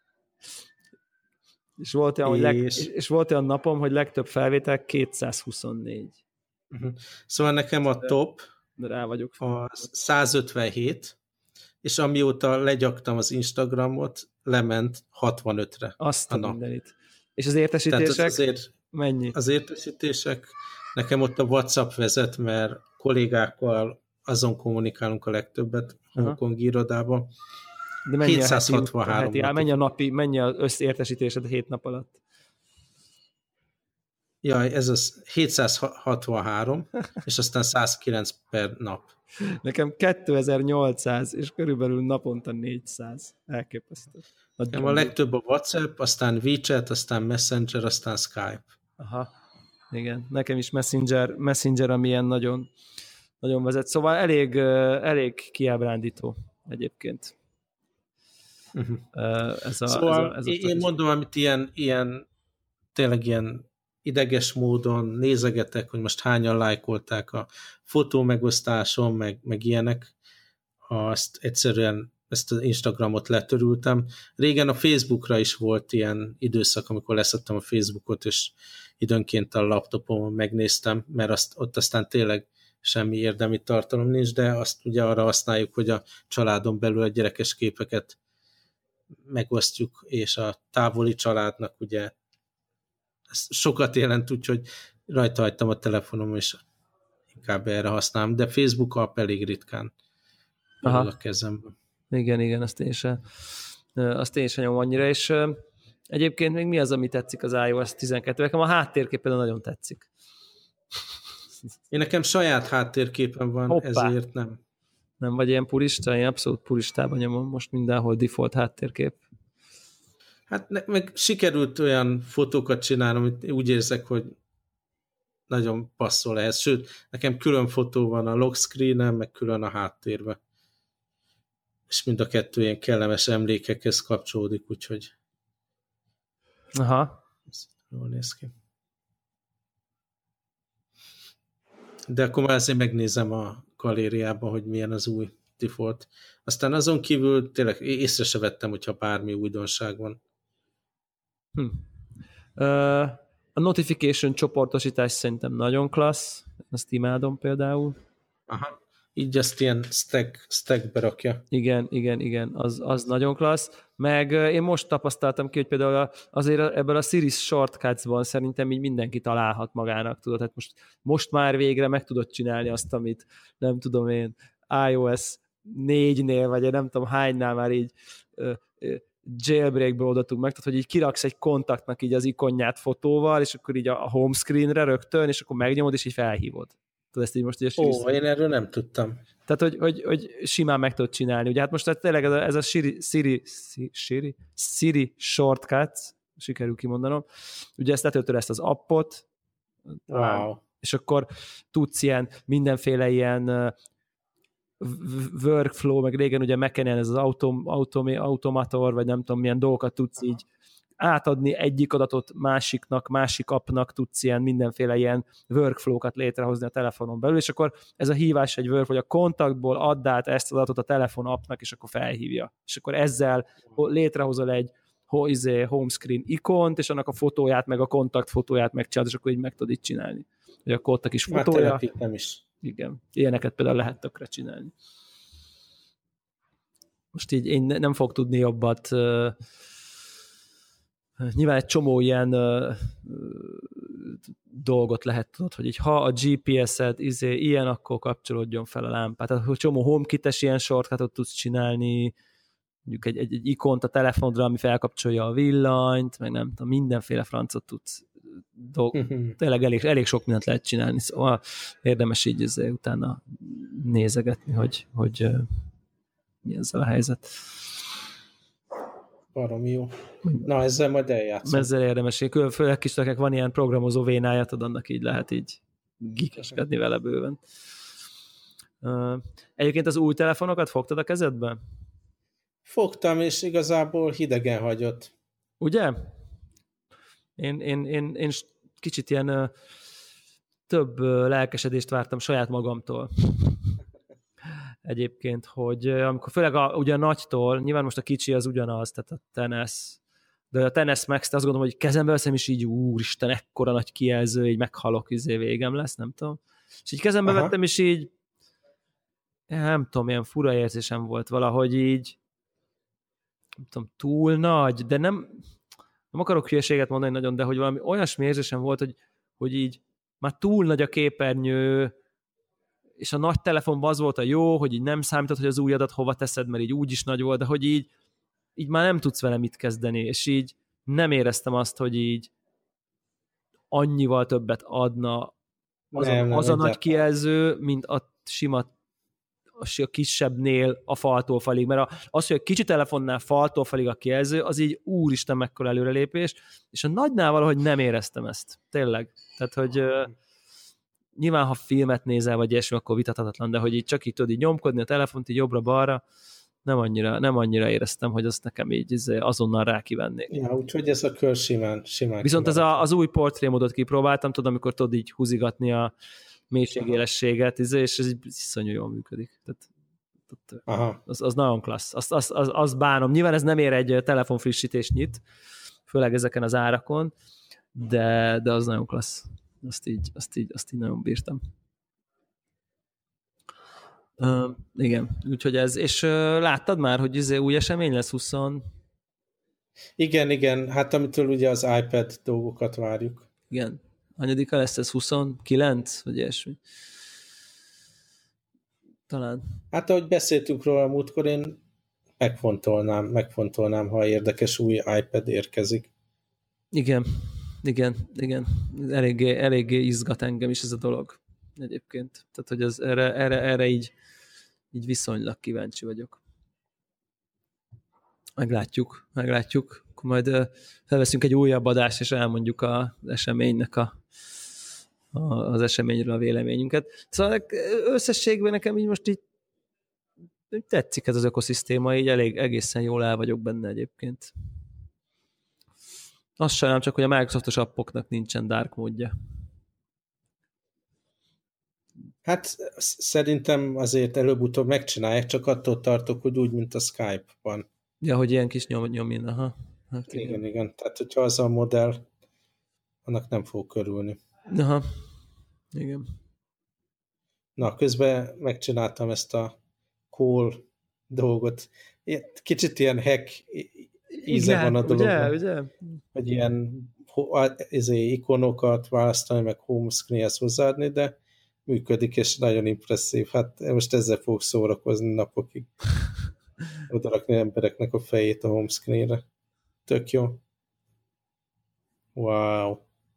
A: És volt olyan, és... Leg, és volt olyan napom, hogy legtöbb felvétel kétszázhuszonnégy.
B: Uh-huh. Szóval nekem a top
A: de rá vagyok
B: a száz ötvenhét, és amióta legyaktam az Instagramot, lement hatvanötre.
A: Azt a, a mindenit. És az értesítések?
B: Tehát az azért,
A: mennyi?
B: Az értesítések, nekem ott a WhatsApp vezet, mert kollégákkal azon kommunikálunk a legtöbbet Hongkongi irodában.
A: De mennyi
B: hétszázhatvanhárom.
A: A heti, heti, mennyi a napi, mennyi az összértesítésed a hét nap alatt?
B: Jaj, ez az hétszázhatvanhárom, és aztán száz kilenc per nap.
A: Nekem kétezer-nyolcszáz, és körülbelül naponta négyszáz. Elképesztő.
B: Nekem a legtöbb a WhatsApp, aztán WeChat, aztán Messenger, aztán Skype.
A: Aha, igen. Nekem is Messenger, Messenger ami ilyen nagyon, nagyon vezet. Szóval elég, elég kiábrándító egyébként.
B: Uh-huh.
A: Ez a,
B: szóval
A: ez a, ez a
B: én mondom, amit ilyen, ilyen tényleg ilyen ideges módon nézegetek, hogy most hányan lájkolták a fotó megosztáson, meg, meg ilyenek, azt egyszerűen ezt az Instagramot letörültem. Régen a Facebookra is volt ilyen időszak, amikor leszettem a Facebookot, és időnként a laptopomon megnéztem, mert azt, ott aztán tényleg semmi érdemi tartalom nincs, de azt ugye arra használjuk, hogy a családon belül a gyerekes képeket megosztjuk, és a távoli családnak ugye ez sokat jelent, úgyhogy rajta hagytam a telefonom, és inkább erre használom, de Facebook app elég ritkán van a kezemben.
A: Igen, igen, azt én sem, azt én sem nyom annyira, és egyébként még mi az, ami tetszik az iOS tizenkettő? Nekem a háttérkép például nagyon tetszik.
B: Én nekem saját háttérképen van, hoppá, ezért nem.
A: Nem vagy ilyen purista? Én abszolút puristában nyomom most mindenhol default háttérkép.
B: Hát ne, meg sikerült olyan fotókat csinálnom, amit úgy érzek, hogy nagyon passzol ehhez. Sőt, nekem külön fotó van a lock screen-en, meg külön a háttérben. És mind a kettő ilyen kellemes emlékekhez kapcsolódik, úgyhogy
A: Aha.
B: jól néz ki. De akkor már azért megnézem a galériában, hogy milyen az új default. Aztán azon kívül tényleg észre se vettem, hogyha bármi újdonság van.
A: Hm. Uh, a notification csoportosítás szerintem nagyon klassz, azt imádom például.
B: Aha. Így azt ilyen stack, stackbe rakja.
A: Igen, igen, igen, az, az nagyon klassz. Meg én most tapasztaltam ki, hogy például azért ebből a Siri shortcuts-ban szerintem így mindenki találhat magának, tudod, hát most, most már végre meg tudod csinálni azt, amit nem tudom én, iOS négynél, vagy én nem tudom hánynál már így uh, uh, jailbreakből odatunk meg, tehát hogy így kiraksz egy kontaktnak így az ikonját fotóval, és akkor így a home screenre rögtön, és akkor megnyomod, és így felhívod. Tudod, ezt így most így
B: Ó, én erről nem tudtam.
A: Tehát, hogy, hogy, hogy simán meg tudod csinálni. Ugye hát most tehát tényleg ez a, ez a Siri, Siri, Siri, Siri shortcuts, sikerül kimondanom, ugye ezt letöltöd ezt az appot,
B: Wow.
A: és akkor tudsz ilyen mindenféle ilyen workflow, meg régen ugye Mac-en ez az autom, autom, automator, vagy nem tudom milyen dolgokat tudsz így átadni egyik adatot másiknak, másik appnak, tudsz ilyen mindenféle ilyen workflow-kat létrehozni a telefonon belül, és akkor ez a hívás egy workflow, hogy a kontaktból add át ezt az adatot a telefon appnak, és akkor felhívja. És akkor ezzel létrehozol egy home screen ikont, és annak a fotóját, meg a kontakt fotóját megcsinálod, és akkor így meg tudod így csinálni. Hogy akkor ott a kis fotója.
B: Nem is.
A: Igen. Ilyeneket például lehet tökre csinálni. Most így én nem fog tudni jobbat. Uh, nyilván egy csomó ilyen uh, dolgot lehet tudod, hogy így, ha a gé pé es-ed izé, ilyen, akkor kapcsolódjon fel a lámpát. Tehát, hogy csomó HomeKit-es ilyen shortcutot tudsz csinálni, mondjuk egy, egy, egy ikont a telefonodra, ami felkapcsolja a villanyt, meg nem tudom, mindenféle francot tudsz dolg... tényleg elég, elég sok mindent lehet csinálni, szóval érdemes így ezzel utána nézegetni, hogy, hogy uh, mi ezzel a helyzet.
B: Baromi jó. Na, ezzel majd eljátszom.
A: Ezzel érdemes. Főleg kisteknek van ilyen programozó vénája, tudod, annak így lehet így gikeskedni vele bőven. Uh, egyébként az új telefonokat fogtad a kezedbe?
B: Fogtam, és igazából hidegen hagyott.
A: Ugye? Én, én, én, én kicsit ilyen uh, több uh, lelkesedést vártam saját magamtól. Egyébként, hogy uh, amikor főleg a, ugye a nagytól, nyilván most a kicsi az ugyanaz, tehát a Tenes, de a Tenes Max, azt gondolom, hogy kezembe veszem, és így úristen, ekkora nagy kijelző, így meghalok, izé végem lesz, nem tudom. És így kezembe Aha. vettem, és így nem tudom, ilyen fura érzésem volt valahogy így, nem tudom, túl nagy, de nem, nem akarok hülyeséget mondani nagyon, de hogy valami olyasmi érzésem volt, hogy, hogy így már túl nagy a képernyő, és a nagy telefonban az volt a jó, hogy így nem számított, hogy az új adat hova teszed, mert így úgy is nagy volt, de hogy így, így már nem tudsz vele mit kezdeni, és így nem éreztem azt, hogy így annyival többet adna az, nem, a, nem, az a nagy kijelző, mint a sima a kisebbnél a faltól falig, mert az, hogy a kicsi telefonnál faltól falig a kijelző, az így úristen mekkora előrelépés, és a nagynál valahogy nem éreztem ezt. Tényleg. Tehát, hogy uh, nyilván, ha filmet nézel, vagy ilyesmi, akkor vitathatatlan, de hogy így csak így tudod így nyomkodni a telefont így jobbra-balra, nem annyira, nem annyira éreztem, hogy azt nekem így azonnal rákivennék.
B: Ja, úgyhogy ez a kör simán, simán
A: Viszont ez a, az új portrémódot kipróbáltam, tudod, amikor tudod így húzigatni a mélységélességet, és ez így iszonyú jól működik. Tehát, tehát az, az nagyon klassz. Azt, az, az, az bánom. Nyilván ez nem ér egy telefonfrissítésnyit, főleg ezeken az árakon, de, de az nagyon klassz. Azt így, azt így, azt így nagyon bírtam. Uh, igen, úgyhogy ez, és uh, láttad már, hogy ez új esemény lesz húsz?
B: Igen, igen, hát amitől ugye az iPad dolgokat várjuk.
A: Igen. Hanyadika lesz ez? huszonkilenc? Vagy ilyesmi? Talán.
B: Hát ahogy beszéltünk róla a múltkor, én megfontolnám, megfontolnám, ha érdekes új iPad érkezik.
A: Igen, igen, igen. Eléggé, eléggé izgat engem is ez a dolog egyébként. Tehát, hogy az, erre, erre, erre így, így viszonylag kíváncsi vagyok. Meglátjuk, meglátjuk. akkor majd uh, felveszünk egy újabb adást, és elmondjuk az eseménynek a, a, az eseményről a véleményünket. Szóval összességben nekem így most így tetszik ez az ökoszisztéma, így elég egészen jól el vagyok benne egyébként. Azt sajnálom csak, hogy a Microsoftos appoknak nincsen dark módja.
B: Hát szerintem azért előbb-utóbb megcsinálják, csak attól tartok, hogy úgy, mint a Skype-ban.
A: Ja, hogy ilyen kis nyom, nyomin, aha. Hát
B: igen, igen, igen. Tehát, hogyha az a modell, annak nem fog körülni.
A: Aha, igen.
B: Na, közben megcsináltam ezt a call dolgot. Kicsit ilyen hack íze
A: igen,
B: van a dologban.
A: Ugye, ugye?
B: Hogy ilyen izé, ikonokat választani, meg home screen-hez hozzáadni, de működik, és nagyon impresszív. Hát most ezzel fogok szórakozni napokig. Odarakni embereknek a fejét a home screen-re. Tök jó. Wow.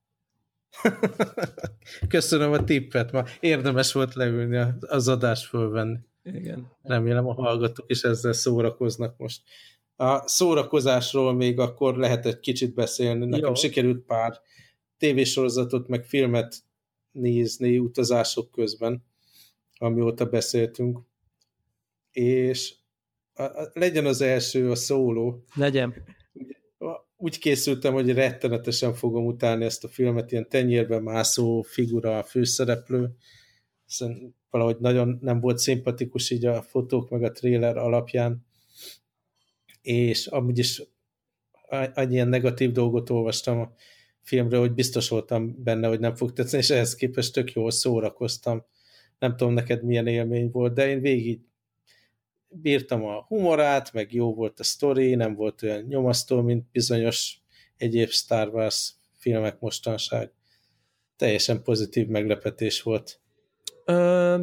B: Köszönöm a tippet, ma érdemes volt leülni az adást fölvenni.
A: Igen.
B: Remélem a hallgatók is ezzel szórakoznak most. A szórakozásról még akkor lehet egy kicsit beszélni. Nekem jó. Sikerült pár tévésorozatot, meg filmet nézni utazások közben, amióta beszéltünk. És a, a, legyen az első a Solo.
A: Legyen.
B: Úgy készültem, hogy rettenetesen fogom utálni ezt a filmet, ilyen tenyérben mászó figura a főszereplő. Hiszen valahogy nagyon nem volt szimpatikus így a fotók meg a trailer alapján. És amúgy is annyi ilyen negatív dolgot olvastam a filmről, hogy biztos voltam benne, hogy nem fog tetszeni, és ehhez képest tök jól szórakoztam. Nem tudom, neked milyen élmény volt, de én végig bírtam a humorát, meg jó volt a sztori, nem volt olyan nyomasztó, mint bizonyos egyéb Star Wars filmek mostanság. Teljesen pozitív meglepetés volt.
A: Ö,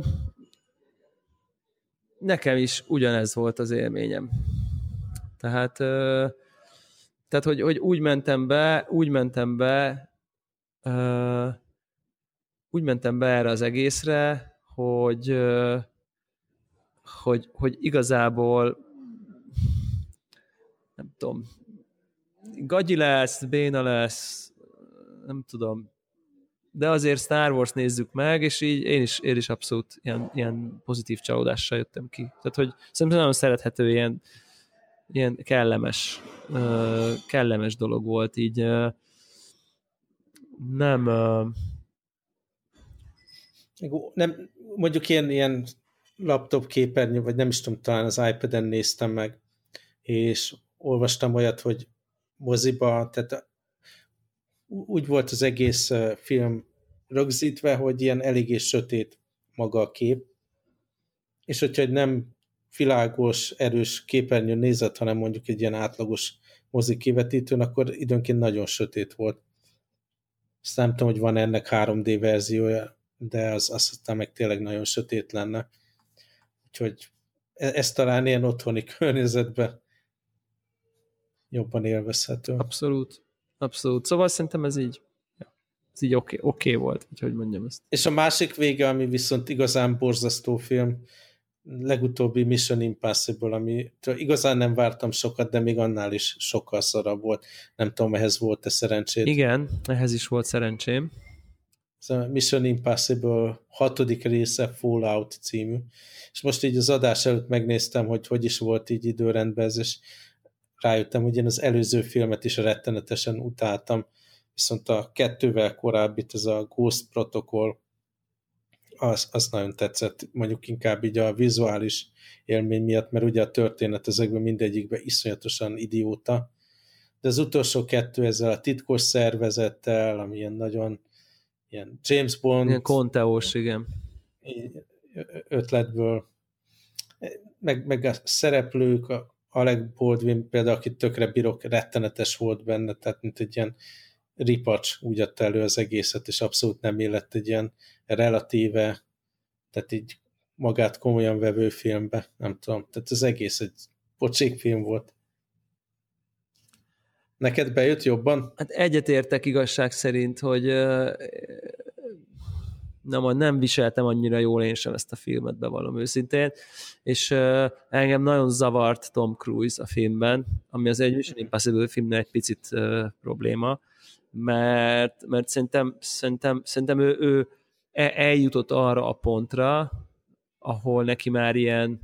A: nekem is ugyanez volt az élményem. Tehát, ö, tehát hogy, hogy úgy mentem be, úgy mentem be, ö, úgy mentem be erre az egészre, hogy ö, Hogy, hogy igazából nem tudom, gagyi lesz, béna lesz, nem tudom, de azért Star Wars nézzük meg, és így én is, én is abszolút ilyen, ilyen pozitív csalódással jöttem ki. Tehát, hogy szerintem nagyon szerethető ilyen, ilyen kellemes, kellemes dolog volt, így nem...
B: nem mondjuk ilyen, ilyen laptop képernyő, vagy nem is tudom, talán az iPad-en néztem meg, és olvastam olyat, hogy moziba, tehát úgy volt az egész film rögzítve, hogy ilyen eléggé sötét maga a kép, és hogyha nem világos, erős képernyőn nézett, hanem mondjuk egy ilyen átlagos mozi kivetítőn, akkor időnként nagyon sötét volt. Azt nem tudom, hogy van ennek három dé verziója, de az, az aztán meg tényleg nagyon sötét lenne. Úgyhogy ez talán ilyen otthoni környezetben jobban élvezhető.
A: Abszolút. Abszolút. Szóval szerintem ez így ez így oké okay, okay volt, hogy mondjam ezt.
B: És a másik vége, ami viszont igazán borzasztó film, legutóbbi Mission Impossible, ami igazán nem vártam sokat, de még annál is sokkal szarabb volt. Nem tudom, ehhez volt-e szerencsét.
A: Igen, ehhez is volt szerencsém.
B: Ez a Mission Impossible hatodik része, Fallout című. És most így az adás előtt megnéztem, hogy hogy is volt így időrendben ez, és rájöttem, hogy én az előző filmet is rettenetesen utáltam, viszont a kettővel korábbit, ez a Ghost Protocol, az, az nagyon tetszett, mondjuk inkább így a vizuális élmény miatt, mert ugye a történet ezekben mindegyikben iszonyatosan idióta, de az utolsó kettő ezzel a titkos szervezettel, ami ilyen nagyon ilyen James Bond
A: ilyen konteós, igen.
B: ötletből, meg, meg a szereplők, a Alec Baldwin például, akit tökre bírok, rettenetes volt benne, tehát mint egy ilyen ripacs úgy adta elő az egészet, és abszolút nem illett egy ilyen relatíve, tehát így magát komolyan vevő filmbe, nem tudom, tehát az egész egy pocsék film volt. Neked bejött jobban?
A: Hát egyetértek igazság szerint, hogy nem, nem viseltem annyira jól én sem ezt a filmet, bevallom őszintén, és uh, engem nagyon zavart Tom Cruise a filmben, ami az egy Mission Impossible filmnél egy picit uh, probléma, mert, mert szerintem, szerintem, szerintem ő, ő eljutott arra a pontra, ahol neki már ilyen,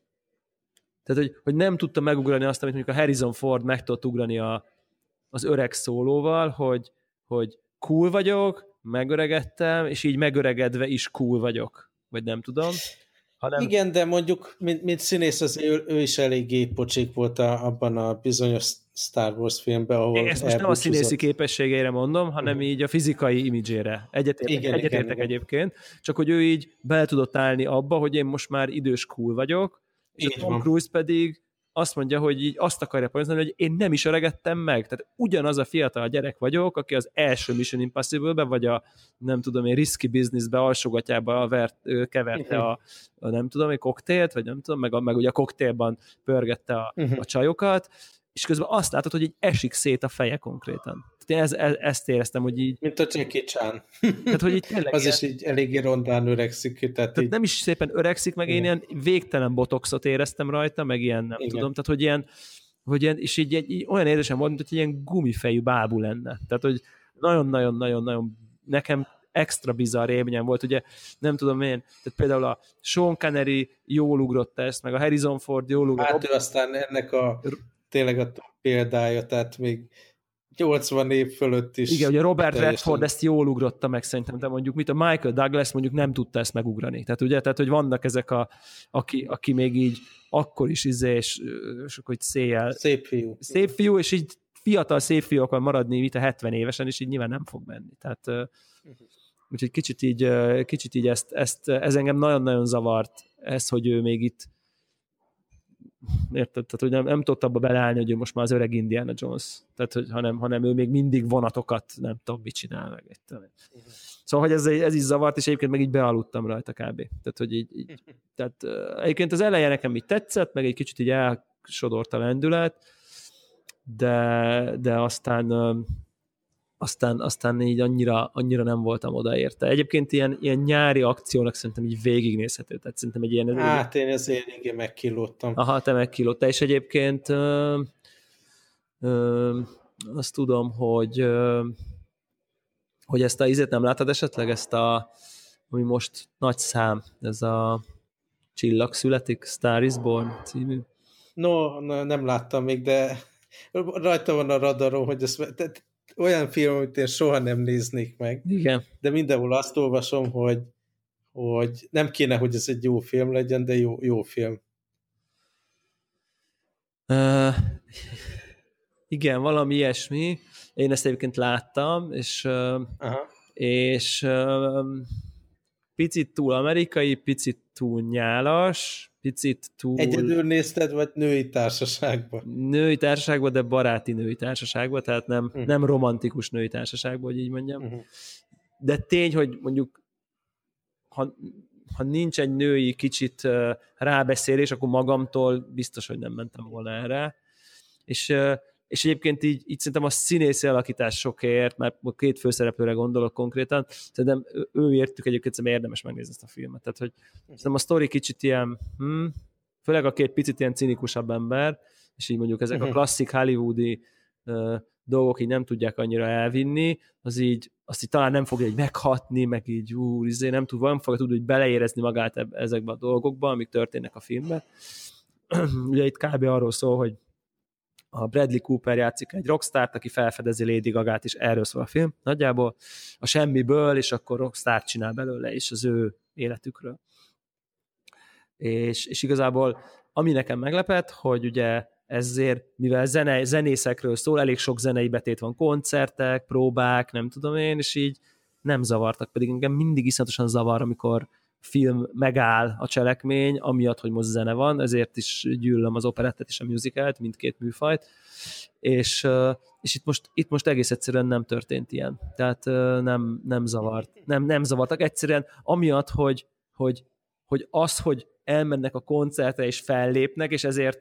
A: tehát hogy, hogy nem tudta megugrani azt, amit mondjuk a Harrison Ford meg tudott ugrani a, az öreg szólóval, hogy, hogy cool vagyok, megöregedtem, és így megöregedve is cool vagyok. Vagy nem tudom.
B: Hanem... Igen, de mondjuk, mint, mint színész, az ő, ő is eléggé pocsék volt a, abban a bizonyos Star Wars filmben, ahol
A: én ezt most nem a színészi képességeire mondom, hanem uh-huh. így a fizikai imidzsére. Egyetértek, igen, egyetértek igen, egyébként. Csak hogy ő így bele tudott állni abba, hogy én most már idős cool vagyok, és így a Tom Cruise pedig azt mondja, hogy így azt akarja mondani, hogy én nem is öregedtem meg. Tehát ugyanaz a fiatal gyerek vagyok, aki az első Mission Impossible-be, vagy a nem tudom én, Risky Business-be, alsógatyába vert, keverte a, a nem tudom én, koktélt, vagy nem tudom, meg, a, meg ugye a koktélban pörgette a, uh-huh. a csajokat, és közben azt látod, hogy így esik szét a feje konkrétan. Tehát én ez, ez, ezt éreztem, hogy így...
B: Mint a Jackie Chan.
A: Tehát, hogy így tényleg
B: az
A: ilyen...
B: is így eléggé rondán öregszik. Tehát,
A: tehát
B: így...
A: nem is szépen öregszik, meg igen. Én ilyen végtelen botoxot éreztem rajta, meg ilyen nem igen. tudom. Tehát, hogy ilyen, hogy ilyen és így, így, így olyan érzésem volt, mint hogy ilyen gumifejű bábú lenne. Tehát, hogy nagyon-nagyon-nagyon-nagyon nekem extra bizarr élményem volt, ugye nem tudom én, tehát például a Sean Connery jól ugrott ezt, meg a Harrison Ford jól ugrott.
B: Hát ő aztán ennek a tényleg a példája, tehát még nyolcvan év fölött is.
A: Igen, ugye Robert teljesen... Redford ezt jól ugrotta meg szerintem, de mondjuk mit a Michael Douglas mondjuk nem tudta ezt megugrani. Tehát ugye, tehát hogy vannak ezek a, aki, aki még így akkor is izé, és, és akkor így széjjel.
B: Szép fiú.
A: Szép fiú, és így fiatal szép fiú akar maradni mit a hetven évesen, és így nyilván nem fog menni. Tehát uh-huh. úgyhogy kicsit így, kicsit így ezt, ezt, ez engem nagyon-nagyon zavart, ez, hogy ő még itt érted? Tehát, hogy nem, nem tudott abba beleállni, hogy ő most már az öreg Indiana Jones. Tehát, hogy, hanem, hanem ő még mindig vonatokat nem tudom, mit csinál meg. Uh-huh. Szóval, hogy ez, ez is zavart, és egyébként meg így bealudtam rajta kb. Tehát, hogy így, így tehát, egyébként az eleje nekem így tetszett, meg egy kicsit így elsodort a lendület, de, de aztán aztán, aztán így annyira, annyira nem voltam odaérte. Egyébként ilyen, ilyen nyári akciónak szerintem így végignézhető. Tehát szerintem egy ilyen...
B: Hát én azért igen megkillódtam.
A: Aha, te megkillódtál. És egyébként ö, ö, azt tudom, hogy ö, hogy ezt a izét nem láttad esetleg, ezt a ami most nagy szám, ez a Csillag születik, Star is Born című.
B: No, no nem láttam még, de rajta van a radaron, hogy ezt... olyan film, amit én soha nem néznék meg.
A: Igen.
B: De mindenhol azt olvasom, hogy, hogy nem kéne, hogy ez egy jó film legyen, de jó, jó film.
A: Uh, igen, valami ilyesmi. Én ezt egyébként láttam, és, uh, és uh, picit túl amerikai, picit túl nyálas, picit túl...
B: Egyedül nézted, vagy női társaságban?
A: Női társaságban, de baráti női társaságban, tehát nem, uh-huh. nem romantikus női társaságban, hogy így mondjam. Uh-huh. De tény, hogy mondjuk ha, ha nincs egy női kicsit uh, rábeszélés, akkor magamtól biztos, hogy nem mentem volna erre. És, uh, és egyébként így, így szerintem a színészi alakítás sokért, mert két főszereplőre gondolok konkrétan, szerintem ő, ő értük egyébként, szerintem érdemes megnézni ezt a filmet. Tehát, hogy szerintem a sztori kicsit ilyen, hm, főleg a két picit ilyen cinikusabb ember, és így mondjuk ezek a klasszik hollywoodi uh, dolgok így nem tudják annyira elvinni, az így, azt így talán nem fogja így meghatni, meg így úr, izé, nem, tud, nem fogja tudni, hogy beleérezni magát eb- ezekbe a dolgokba, amik történnek a filmben. Ugye itt kb. Arról szól, hogy a Bradley Cooper játszik egy rockstart, aki felfedezi Lady Gagát, és erről szól a film nagyjából, a semmiből, és akkor rockstart csinál belőle, és az ő életükről. És, és igazából ami nekem meglepett, hogy ugye ezért, mivel zene, zenészekről szól, elég sok zenei betét van, koncertek, próbák, nem tudom én, és így nem zavartak, pedig engem mindig iszonyatosan zavar, amikor film megáll a cselekmény, amiatt, hogy most zene van, ezért is gyűlöm az operettet és a musicalt, mindkét műfajt, és, és itt, most, itt most egész egyszerűen nem történt ilyen. Tehát nem, nem zavart. Nem, nem zavartak. Egyszerűen amiatt, hogy, hogy, hogy az, hogy elmennek a koncertre és fellépnek, és ezért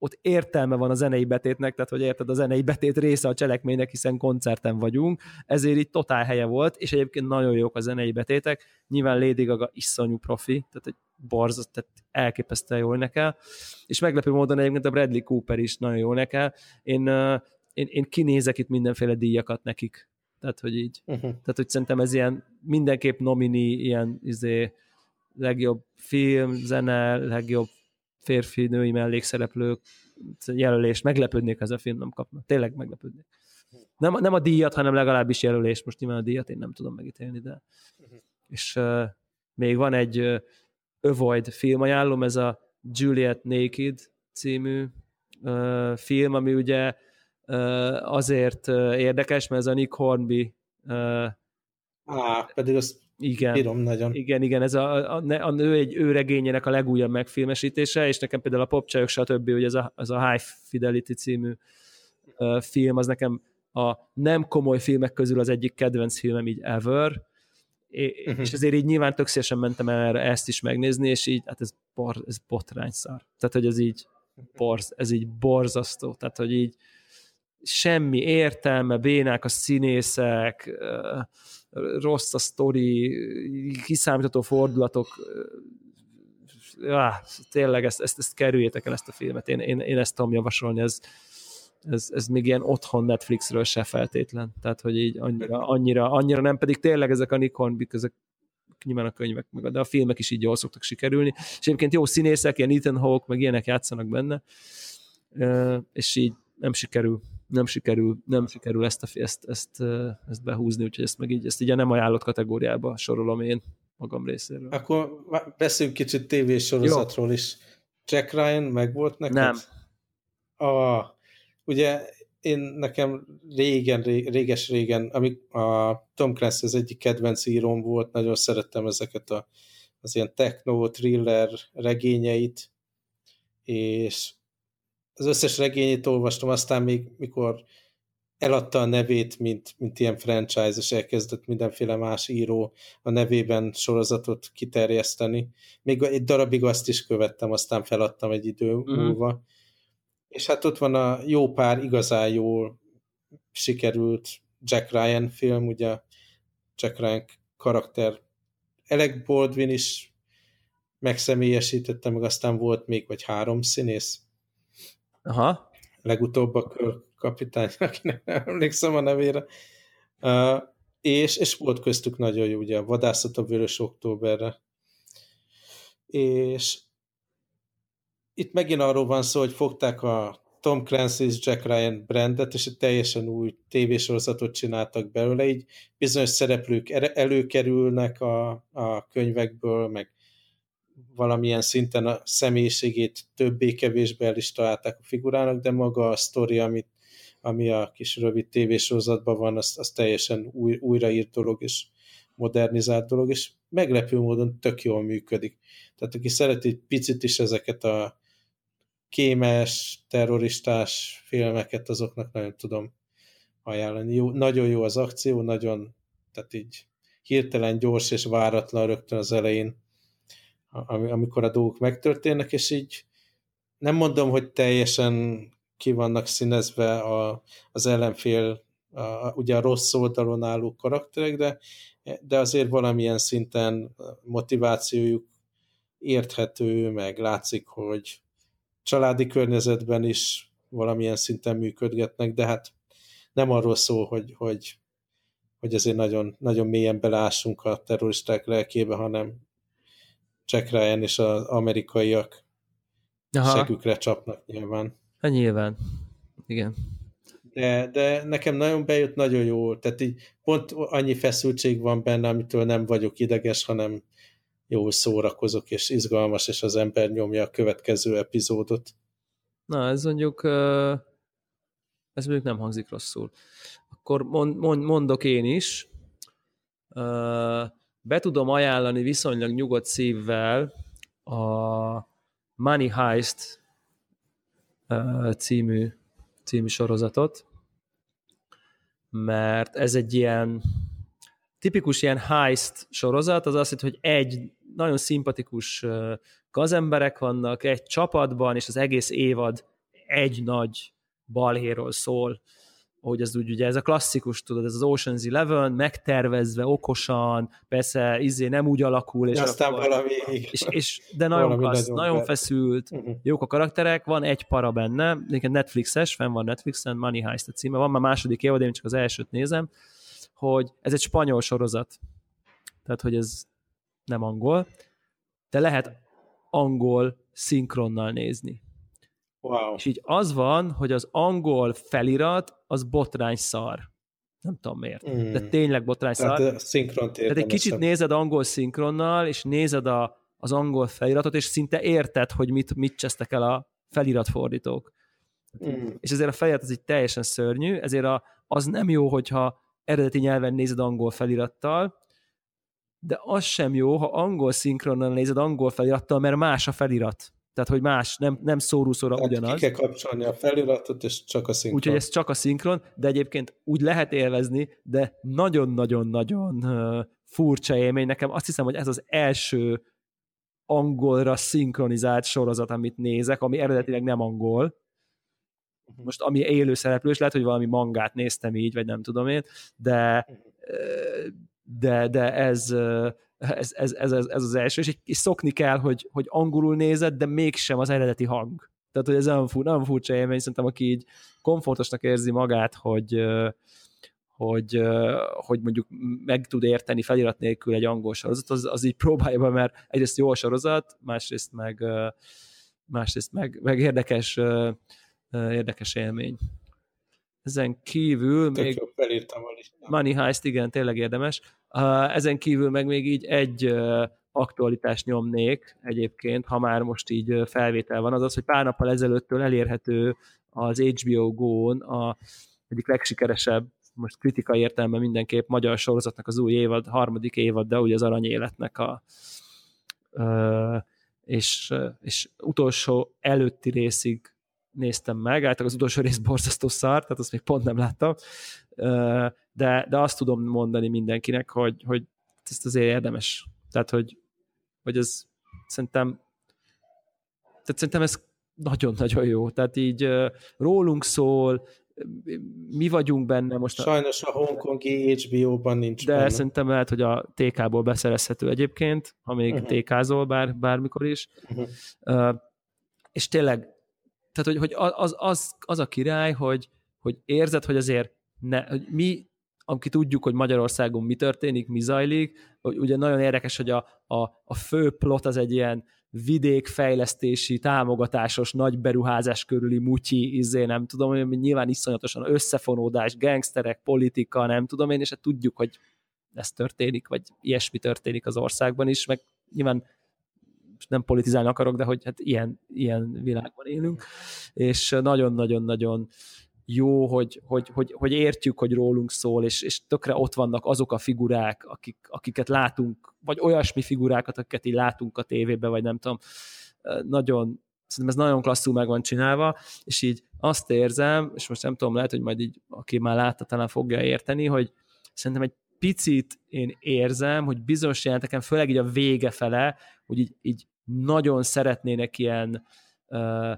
A: ott értelme van a zenei betétnek, tehát hogy érted, a zenei betét része a cselekménynek, hiszen koncerten vagyunk, ezért így totál helye volt, és egyébként nagyon jók a zenei betétek, nyilván Lady Gaga iszonyú profi, tehát egy borzat, tehát elképesztően jól nekel, és meglepő módon egyébként a Bradley Cooper is nagyon jól nekel. Én, én, én kinézek itt mindenféle díjakat nekik, tehát hogy így, uh-huh. tehát hogy szerintem ez ilyen mindenképp nomini, ilyen izé, legjobb film, zene, legjobb férfi, női mellékszereplők jelölés, meglepődnék, ha ez a film nem kapna. Tényleg meglepődnék. Nem, nem a díjat, hanem legalábbis jelölés. Most nyilván a díjat én nem tudom megítélni, de uh-huh. és uh, még van egy uh, Avoid film ajánlom, ez a Juliet Naked című uh, film, ami ugye uh, azért uh, érdekes, mert ez a Nick Hornby uh,
B: Á, pedig azt
A: igen,
B: bírom nagyon.
A: Igen, igen, ez a, a, a nő egy ő regényének a legújabb megfilmesítése, és nekem például a Popcsajok, stb., hogy ez a, ez a High Fidelity című uh, film, az nekem a nem komoly filmek közül az egyik kedvenc filmem így ever, és, uh-huh. és ezért így nyilván tök szívesen mentem el ezt is megnézni, és így, hát ez, bor, ez botrányszar. Tehát, hogy ez így, borz, ez így borzasztó. Tehát, hogy így semmi értelme, bénák a színészek, uh, rossz a sztori, kiszámítható fordulatok, ah, tényleg ezt, ezt, ezt kerüljétek el, ezt a filmet. Én, én, én ezt tudom javasolni, ez, ez, ez még ilyen otthon Netflixről se feltétlen. Tehát, hogy így annyira, annyira, annyira nem, pedig tényleg ezek a Nick Hornbyk, ezek nyilván a könyvek, meg, de a filmek is így jól szoktak sikerülni. És egyébként jó színészek, ilyen Ethan Hawke, meg ilyenek játszanak benne, és így nem sikerül. nem sikerül, nem sikerül ezt, a, ezt, ezt, ezt behúzni, úgyhogy ezt meg így, ezt így a nem ajánlott kategóriába sorolom én magam részéről.
B: Akkor beszéljünk kicsit tévésorozatról Jó. is. Jack Ryan megvolt neked?
A: Nem.
B: Ah, ugye én nekem régen, réges-régen, amik a Tom Clancy az egyik kedvenc íróm volt, nagyon szerettem ezeket a, az ilyen techno, thriller regényeit, és az összes regényét olvastam, aztán még mikor eladta a nevét, mint, mint ilyen franchise, és elkezdett mindenféle más író a nevében sorozatot kiterjeszteni. Még egy darabig azt is követtem, aztán feladtam egy idő mm. múlva. És hát ott van a jó pár igazán jól sikerült Jack Ryan film, ugye Jack Ryan karakter Alec Baldwin is megszemélyesítette, meg aztán volt még vagy három színész.
A: Aha.
B: Legutóbb a körkapitány, akinek nem emlékszem a nevére. Uh, és, és volt köztük nagyon jó, ugye a Vadászat a Vörös Októberre. És itt megint arról van szó, hogy fogták a Tom Clancy's Jack Ryan brandet, és egy teljesen új tévésorozatot csináltak belőle, így bizonyos szereplők előkerülnek a, a könyvekből, meg valamilyen szinten a személyiségét többé-kevésbé el is találták a figurának, de maga a sztori, amit, ami a kis rövid tévésorozatban van, az, az teljesen új, újraírt dolog, és modernizált dolog, és meglepő módon tök jól működik. Tehát aki szereti egy picit is ezeket a kémes, terroristás filmeket, azoknak nagyon tudom ajánlani. Jó, nagyon jó az akció, nagyon, tehát így hirtelen, gyors és váratlan rögtön az elején, amikor a dolgok megtörténnek, és így nem mondom, hogy teljesen ki vannak színezve a, az ellenfél, a, ugye a rossz oldalon álló karakterek, de, de azért valamilyen szinten motivációjuk érthető, meg látszik, hogy családi környezetben is valamilyen szinten működgetnek, de hát nem arról szól, hogy, hogy, hogy azért nagyon, nagyon mélyen belássunk a terroristák lelkébe, hanem Jack Ryan és az amerikaiak Aha. segükre csapnak nyilván.
A: Hát nyilván, igen.
B: De, de nekem nagyon bejött, nagyon jó, tehát így pont annyi feszültség van benne, amitől nem vagyok ideges, hanem jól szórakozok, és izgalmas, és az ember nyomja a következő epizódot.
A: Na, ez mondjuk, ez mondjuk nem hangzik rosszul. Akkor mond, mond, mondok én is, be tudom ajánlani viszonylag nyugodt szívvel a Money Heist című, című sorozatot, mert ez egy ilyen tipikus ilyen heist sorozat, az azt jelenti, hogy egy nagyon szimpatikus gazemberek vannak egy csapatban, és az egész évad egy nagy balhéról szól, ahogy ez úgy, ugye ez a klasszikus, tudod, ez az Ocean's Eleven, megtervezve, okosan, persze, izé nem úgy alakul, és
B: aztán
A: akkor,
B: valami,
A: és, és, de nagyon klassz, nagyon, nagyon feszült,
B: uh-huh.
A: jók a karakterek, van egy para benne, Netflixes, fenn van Netflixen, Money Heist a címe, van már második évad, én csak az elsőt nézem, hogy ez egy spanyol sorozat, tehát, hogy ez nem angol, de lehet angol szinkronnal nézni.
B: Wow.
A: És így az van, hogy az angol felirat az botrány szar. Nem tudom miért. Mm. De tényleg botrány szar.
B: Tehát a szinkront
A: Tehát egy kicsit nézed angol szinkronnal, és nézed a, az angol feliratot, és szinte érted, hogy mit, mit csesztek el a feliratfordítók. Mm. És ezért a felirat az így teljesen szörnyű, ezért a, az nem jó, hogyha eredeti nyelven nézed angol felirattal, de az sem jó, ha angol szinkronnal nézed angol felirattal, mert más a felirat. Tehát, hogy más, nem, nem szóró-szóra ugyanaz.
B: Ki kell kapcsolni a feliratot, és csak a szinkron.
A: Úgyhogy ez csak a szinkron, de egyébként úgy lehet élvezni, de nagyon-nagyon-nagyon uh, furcsa élmény. Nekem azt hiszem, hogy ez az első angolra szinkronizált sorozat, amit nézek, ami eredetileg nem angol. Most ami élő szereplős, lehet, hogy valami mangát néztem így, vagy nem tudom én, de, de, de ez... Ez, ez, ez, ez az első, és, és szokni kell, hogy, hogy angolul nézed, de mégsem az eredeti hang. Tehát, hogy ez nem, fur, nem furcsa élmény, szerintem aki így komfortosnak érzi magát, hogy, hogy, hogy mondjuk meg tud érteni felirat nélkül egy angol sorozat, az, az így próbálja be, mert egyrészt jó a sorozat, másrészt meg, másrészt meg, meg érdekes, érdekes élmény. Ezen kívül
B: Tök
A: még...
B: jó, felírtam a listát.
A: Money Heist, igen, tényleg érdemes. Uh, ezen kívül meg még így egy uh, aktualitást nyomnék egyébként, ha már most így uh, felvétel van, az az, hogy pár nappal ezelőttől elérhető az há bé o Go-n a egyik legsikeresebb, most kritikai értelemben mindenképp magyar sorozatnak az új évad, harmadik évad, de ugye az Aranyéletnek a uh, és, uh, és utolsó előtti részig néztem meg, általában az utolsó rész borzasztó szar, tehát azt még pont nem láttam, de, de azt tudom mondani mindenkinek, hogy, hogy ezt azért érdemes. Tehát, hogy, hogy ez szerintem tehát szerintem ez nagyon-nagyon jó. Tehát így rólunk szól, mi vagyunk benne most.
B: Sajnos a hongkongi há bé o-ban nincs
A: de
B: benne.
A: Szerintem lehet, hogy a té ká-ból beszerezhető egyébként, ha még uh-huh. té kázol bár, bármikor is. Uh-huh. Uh, és tényleg tehát, hogy, hogy az, az, az a király, hogy, hogy érzed, hogy azért ne, hogy mi, aki tudjuk, hogy Magyarországon mi történik, mi zajlik, hogy ugye nagyon érdekes, hogy a, a, a fő plot az egy ilyen vidékfejlesztési, támogatásos, nagy beruházás körüli mutyi, izé, nem tudom, hogy nyilván iszonyatosan összefonódás, gangsterek, politika, nem tudom én, és hát tudjuk, hogy ez történik, vagy ilyesmi történik az országban is, meg nyilván nem politizálni akarok, de hogy hát ilyen, ilyen világban élünk, és nagyon-nagyon-nagyon jó, hogy, hogy, hogy, hogy értjük, hogy rólunk szól, és, és tökre ott vannak azok a figurák, akik, akiket látunk, vagy olyasmi figurákat, akiket így látunk a tévében, vagy nem tudom, nagyon, szerintem ez nagyon klasszul meg van csinálva, és így azt érzem, és most nem tudom, lehet, hogy majd így, aki már látta, talán fogja érteni, hogy szerintem egy picit én érzem, hogy bizonyos jelenteken, főleg így a vége fele, hogy így, így nagyon szeretnének ilyen uh,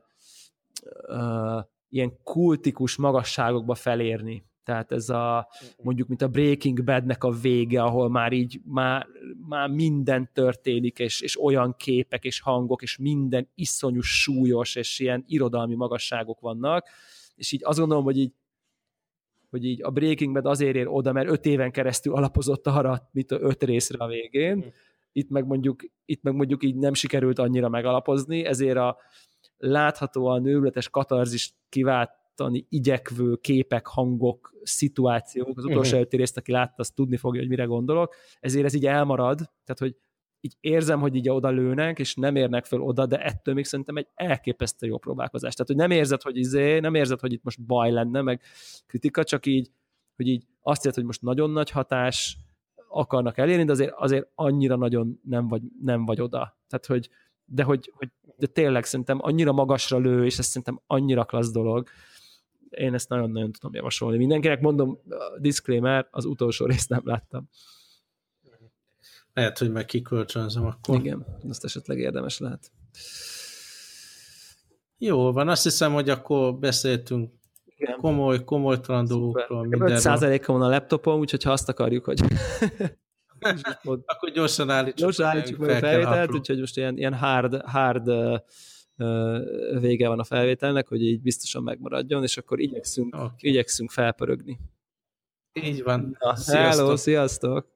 A: uh, ilyen kultikus magasságokba felérni. Tehát ez a, mondjuk, mint a Breaking Badnek a vége, ahol már így, már, már minden történik, és, és olyan képek, és hangok, és minden iszonyú súlyos, és ilyen irodalmi magasságok vannak, és így azt gondolom, hogy így hogy így a Breaking Bad azért ér oda, mert öt éven keresztül alapozott arra, mint a öt részre a végén. Itt meg mondjuk, itt meg mondjuk így nem sikerült annyira megalapozni, ezért a láthatóan nőletes katarzist kiváltani igyekvő képek, hangok, szituációk, az utolsó öt részt, aki látta, azt tudni fogja, hogy mire gondolok, ezért ez így elmarad, tehát hogy így érzem, hogy így oda lőnek, és nem érnek föl oda, de ettől még szerintem egy elképesztő jó próbálkozás. Tehát, hogy nem érzed, hogy izé, nem érzed, hogy itt most baj lenne, meg kritika, csak így, hogy így azt érzed, hogy most nagyon nagy hatás akarnak elérni, de azért, azért annyira nagyon nem vagy, nem vagy oda. Tehát, hogy, de hogy, hogy de tényleg szerintem annyira magasra lő, és ez szerintem annyira klassz dolog. Én ezt nagyon-nagyon tudom javasolni. Mindenkinek mondom, disclaimer, az utolsó részt nem láttam.
B: Lehet, hogy meg kikölcsönzöm akkor.
A: Igen, azt esetleg érdemes lehet.
B: Jó van, azt hiszem, hogy akkor beszéltünk
A: Igen.
B: komoly, komolytalan dolgokról,
A: öt százaléka van a laptopom, úgyhogy ha azt akarjuk, hogy
B: akkor gyorsan állítsuk,
A: gyorsan állítsuk meg a felvételt, úgyhogy most ilyen, ilyen hard, hard uh, uh, vége van a felvételnek, hogy így biztosan megmaradjon, és akkor igyekszünk, okay. igyekszünk felpörögni.
B: Így van.
A: Na, sziasztok! Hello, sziasztok!